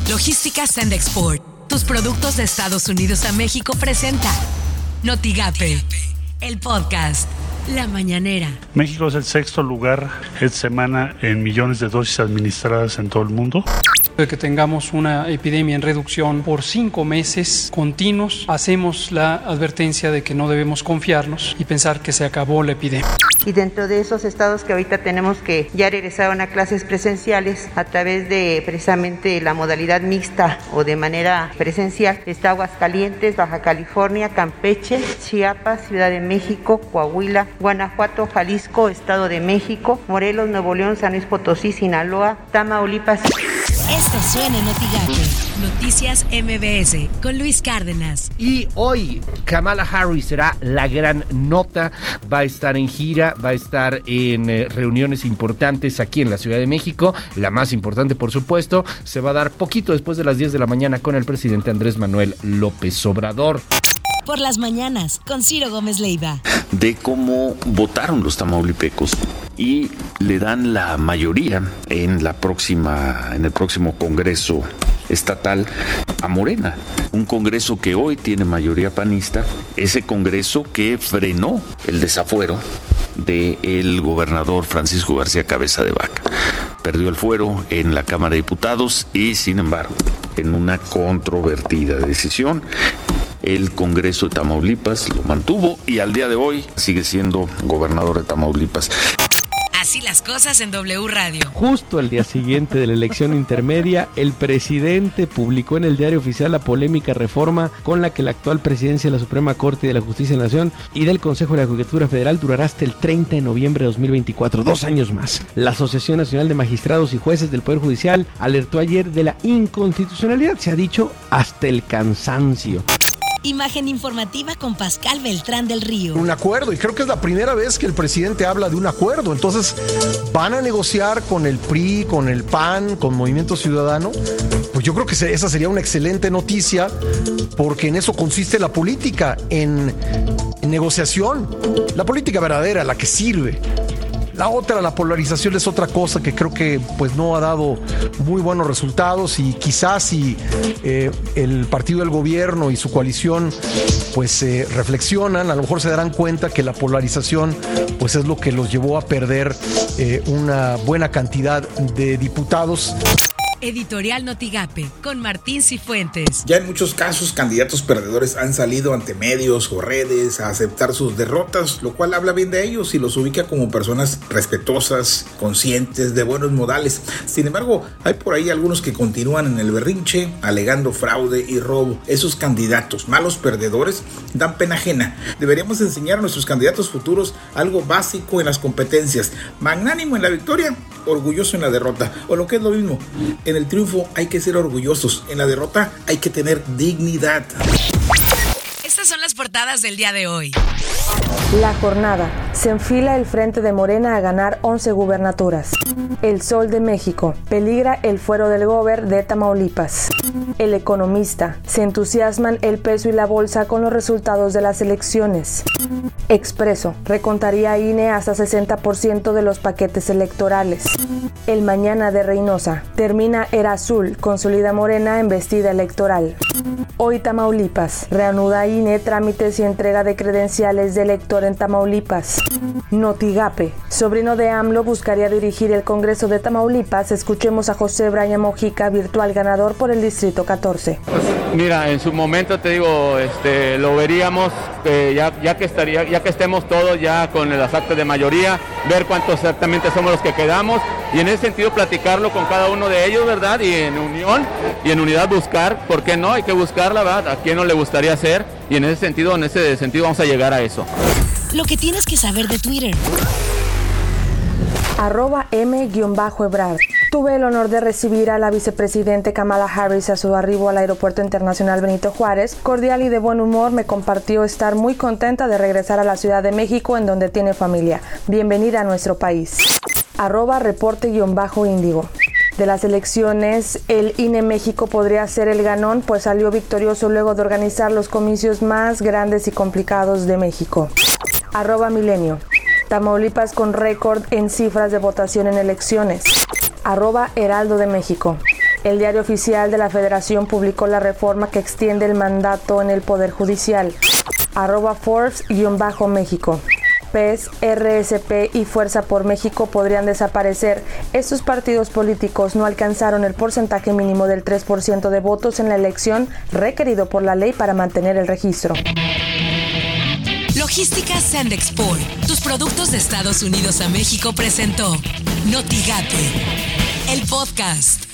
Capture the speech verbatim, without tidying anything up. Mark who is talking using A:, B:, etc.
A: Logística Send Export. Tus productos de Estados Unidos a México presenta Notigape, el podcast. La Mañanera.
B: México es el sexto lugar esta semana en millones de dosis administradas en todo el mundo.
C: De que tengamos una epidemia en reducción por cinco meses continuos, hacemos la advertencia de que no debemos confiarnos y pensar que se acabó la epidemia.
D: Y dentro de esos estados que ahorita tenemos que ya regresaron a clases presenciales a través de precisamente la modalidad mixta o de manera presencial, está Aguascalientes, Baja California, Campeche, Chiapas, Ciudad de México, Coahuila, Guanajuato, Jalisco, Estado de México, Morelos, Nuevo León, San Luis Potosí, Sinaloa, Tamaulipas.
A: Esto suena en Notigape. Noticias M B S con Luis Cárdenas.
E: Y hoy Kamala Harris será la gran nota. Va a estar en gira, va a estar en eh, reuniones importantes aquí en la Ciudad de México. La más importante, por supuesto, se va a dar poquito después de las diez de la mañana con el presidente Andrés Manuel López Obrador.
A: Por las mañanas, con Ciro Gómez Leiva.
F: De cómo votaron los tamaulipecos y le dan la mayoría en la próxima, en el próximo Congreso estatal a Morena. Un Congreso que hoy tiene mayoría panista, ese Congreso que frenó el desafuero del gobernador Francisco García Cabeza de Vaca. Perdió el fuero en la Cámara de Diputados y, sin embargo, en una controvertida decisión, el Congreso de Tamaulipas lo mantuvo y al día de hoy sigue siendo gobernador de Tamaulipas.
A: Así las cosas en W Radio.
G: Justo al día siguiente de la elección intermedia, el presidente publicó en el Diario Oficial la polémica reforma con la que la actual presidencia de la Suprema Corte de la Justicia de la Nación y del Consejo de la Judicatura Federal durará hasta el treinta de noviembre de dos mil veinticuatro, dos años más. La Asociación Nacional de Magistrados y Jueces del Poder Judicial alertó ayer de la inconstitucionalidad, se ha dicho hasta el cansancio.
A: Imagen informativa con Pascal Beltrán del Río.
H: Un acuerdo, y creo que es la primera vez que el presidente habla de un acuerdo. Entonces, ¿van a negociar con el P R I, con el P A N, con Movimiento Ciudadano? Pues yo creo que esa sería una excelente noticia, porque en eso consiste la política, en, en negociación. La política verdadera, la que sirve. La otra, la polarización, es otra cosa que creo que pues no ha dado muy buenos resultados, y quizás si eh, el partido del gobierno y su coalición pues eh, reflexionan, a lo mejor se darán cuenta que la polarización pues es lo que los llevó a perder eh, una buena cantidad de diputados.
A: Editorial Notigape con Martín Cifuentes.
I: Ya en muchos casos candidatos perdedores han salido ante medios o redes a aceptar sus derrotas, lo cual habla bien de ellos y los ubica como personas respetuosas, conscientes, de buenos modales. Sin embargo, hay por ahí algunos que continúan en el berrinche, alegando fraude y robo. Esos candidatos, malos perdedores, dan pena ajena. Deberíamos enseñar a nuestros candidatos futuros algo básico en las competencias: magnánimo en la victoria, orgulloso en la derrota, o lo que es lo mismo, en el triunfo hay que ser orgullosos, en la derrota hay que tener dignidad.
A: Estas son las portadas del día de hoy.
J: La jornada. Se enfila el Frente de Morena a ganar once gubernaturas. El Sol de México. Peligra el fuero del gober de Tamaulipas. El Economista. Se entusiasman el peso y la bolsa con los resultados de las elecciones. Expreso. Recontaría I N E hasta sesenta por ciento de los paquetes electorales. El Mañana de Reynosa. Termina Era Azul. Consolida Morena en vestida electoral. Hoy Tamaulipas. Reanuda I N E trámites y entrega de credenciales de elector en Tamaulipas. Notigape. Sobrino de AMLO buscaría dirigir el Congreso de Tamaulipas. Escuchemos a José Braña Mojica, virtual ganador por el Distrito catorce.
K: Pues mira, en su momento te digo, este, lo veríamos eh, ya, ya que estaría, ya que estemos todos ya con las actas de mayoría, ver cuántos exactamente somos los que quedamos y en ese sentido platicarlo con cada uno de ellos, ¿verdad? Y en unión y en unidad buscar, ¿por qué no? Hay que buscarla, ¿verdad? ¿A quién no le gustaría hacer? Y en ese sentido, en ese sentido vamos a llegar a eso.
A: Lo que tienes que saber de Twitter.
J: Arroba M-Ebrard. Tuve el honor de recibir a la vicepresidente Kamala Harris a su arribo al Aeropuerto Internacional Benito Juárez. Cordial y de buen humor, me compartió estar muy contenta de regresar a la Ciudad de México, en donde tiene familia. Bienvenida a nuestro país. Arroba reporte-índigo. De las elecciones, el I N E México podría ser el ganón, pues salió victorioso luego de organizar los comicios más grandes y complicados de México. Arroba Milenio. Tamaulipas con récord en cifras de votación en elecciones. Arroba Heraldo de México. El Diario Oficial de la Federación publicó la reforma que extiende el mandato en el Poder Judicial. Arroba Forbes-México. P E S, R S P y Fuerza por México podrían desaparecer. Estos partidos políticos no alcanzaron el porcentaje mínimo del tres por ciento de votos en la elección requerido por la ley para mantener el registro.
A: Logística Sandexport, tus productos de Estados Unidos a México presentó Notigape, el podcast.